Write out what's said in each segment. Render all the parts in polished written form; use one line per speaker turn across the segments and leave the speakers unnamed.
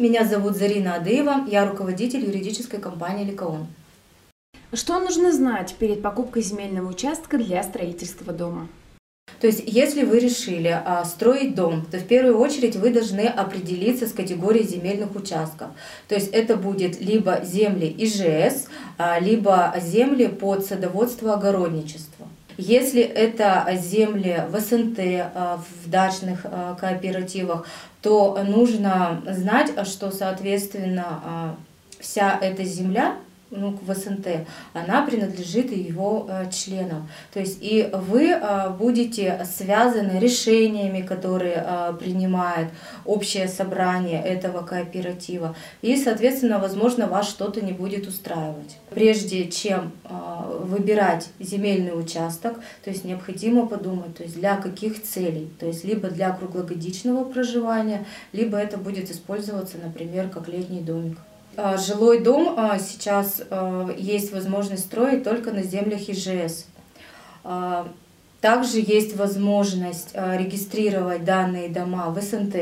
меня зовут Зарина Адыева, я руководитель юридической компании «Ликаон».
Что нужно знать перед покупкой земельного участка для строительства дома?
То есть, если вы решили строить дом, то в первую очередь вы должны определиться с категорией земельных участков. То есть, это будет либо земли ИЖС, либо земли под садоводство-огородничество. Если это земли в СНТ, в дачных кооперативах, то нужно знать, что, соответственно, вся эта земля, в СНТ, она принадлежит его членам. То есть и вы будете связаны решениями, которые принимает общее собрание этого кооператива. И, соответственно, возможно, вас что-то не будет устраивать. Прежде чем выбирать земельный участок, то есть необходимо подумать, то есть для каких целей. То есть либо для круглогодичного проживания, либо это будет использоваться, например, как летний домик. Жилой дом сейчас есть возможность строить только на землях ИЖС. Также есть возможность регистрировать данные дома в СНТ,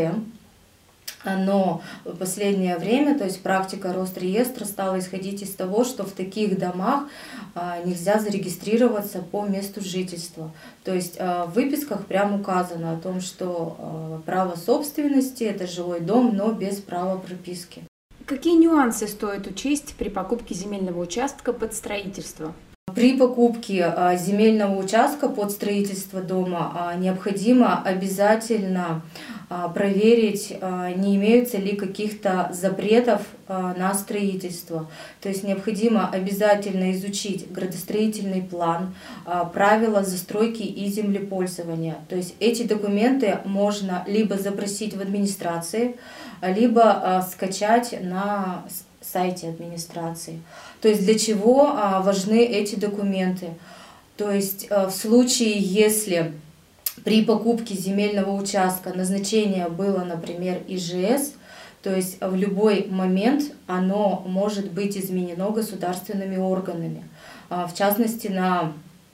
но в последнее время, то есть практика Росреестра стала исходить из того, что в таких домах нельзя зарегистрироваться по месту жительства. То есть в выписках прямо указано о том, что право собственности – это жилой дом, но без права прописки.
Какие нюансы стоит учесть при покупке земельного участка под строительство?
При покупке земельного участка под строительство дома необходимо обязательно проверить, не имеются ли каких-то запретов на строительство. То есть необходимо обязательно изучить градостроительный план, правила застройки и землепользования. То есть эти документы можно либо запросить в администрации, либо скачать на сайте администрации. То есть для чего важны эти документы? То есть в случае, если при покупке земельного участка назначение было, например, ИЖС, то есть в любой момент оно может быть изменено государственными органами. В частности, на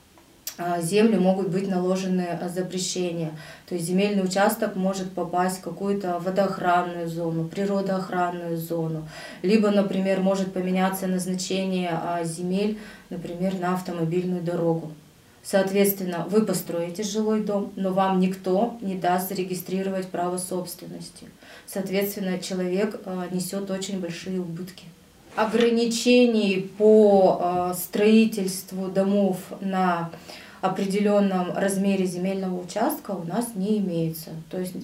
землю могут быть наложены запрещения. То есть земельный участок может попасть в какую-то водоохранную зону, природоохранную зону. Либо, например, может поменяться назначение земель, например, на автомобильную дорогу. Соответственно, вы построите жилой дом, но вам никто не даст зарегистрировать право собственности. Соответственно, человек несет очень большие убытки. Ограничений по строительству домов на определенном размере земельного участка у нас не имеется. То есть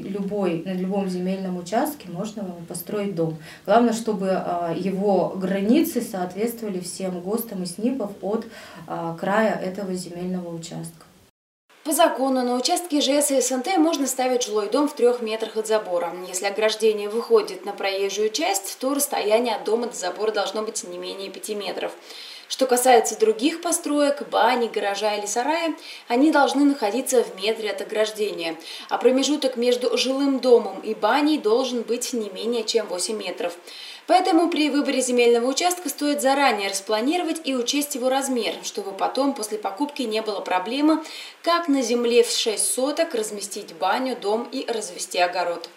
на любом земельном участке можно построить дом. Главное, чтобы его границы соответствовали всем ГОСТам и СНИПам от края этого земельного участка.
По закону на участке ИЖС и СНТ можно ставить жилой дом в 3 метрах от забора. Если ограждение выходит на проезжую часть, то расстояние от дома до забора должно быть не менее 5 метров. Что касается других построек, бани, гаража или сарая, они должны находиться в метре от ограждения, а промежуток между жилым домом и баней должен быть не менее чем 8 метров. Поэтому при выборе земельного участка стоит заранее распланировать и учесть его размер, чтобы потом после покупки не было проблемы, как на земле в 6 соток разместить баню, дом и развести огород.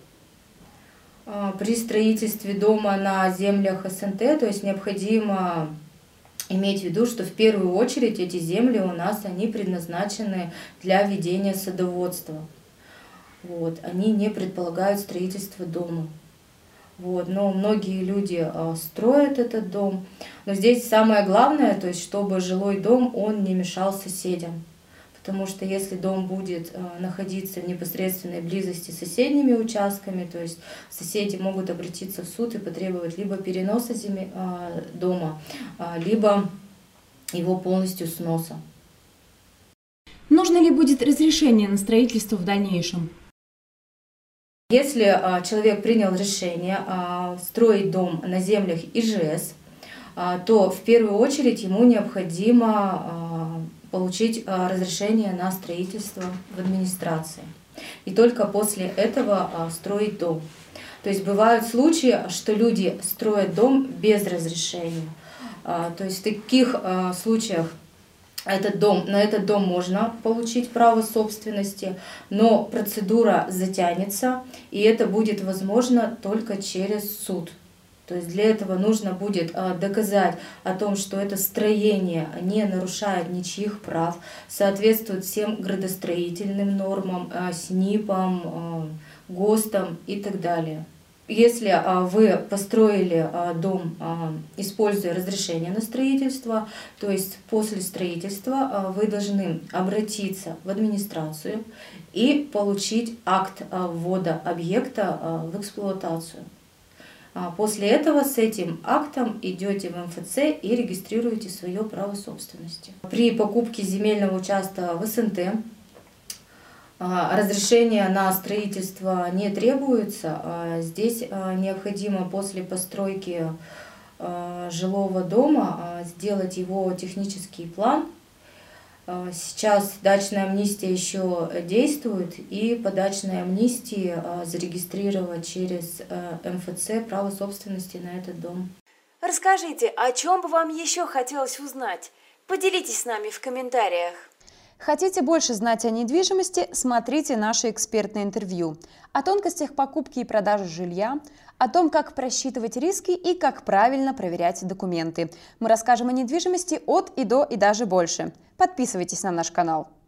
При строительстве дома на землях СНТ, то есть необходимо иметь в виду, что в первую очередь эти земли у нас они предназначены для ведения садоводства. Они не предполагают строительство дома. Но многие люди строят этот дом. Но здесь самое главное, то есть чтобы жилой дом он не мешал соседям. Потому что если дом будет находиться в непосредственной близости с соседними участками, то есть соседи могут обратиться в суд и потребовать либо переноса дома, либо его полностью сноса.
Нужно ли будет разрешение на строительство в дальнейшем?
Если человек принял решение строить дом на землях ИЖС, то в первую очередь ему необходимо получить разрешение на строительство в администрации. И только после этого строить дом. То есть бывают случаи, что люди строят дом без разрешения. То есть в таких случаях на этот дом можно получить право собственности, но процедура затянется, и это будет возможно только через суд. То есть для этого нужно будет доказать о том, что это строение не нарушает ничьих прав, соответствует всем градостроительным нормам, СНИПам, ГОСТам и так далее. Если вы построили дом, используя разрешение на строительство, то есть после строительства вы должны обратиться в администрацию и получить акт ввода объекта в эксплуатацию. После этого с этим актом идете в МФЦ и регистрируете свое право собственности. При покупке земельного участка в СНТ разрешение на строительство не требуется. Здесь необходимо после постройки жилого дома сделать его технический план. Сейчас дачная амнистия еще действует, и по дачной амнистии зарегистрировать через МФЦ право собственности на этот дом.
Расскажите, о чем бы вам еще хотелось узнать? Поделитесь с нами в комментариях.
Хотите больше знать о недвижимости? Смотрите наше экспертное интервью. О тонкостях покупки и продажи жилья, о том, как просчитывать риски и как правильно проверять документы. Мы расскажем о недвижимости от и до и даже больше. Подписывайтесь на наш канал.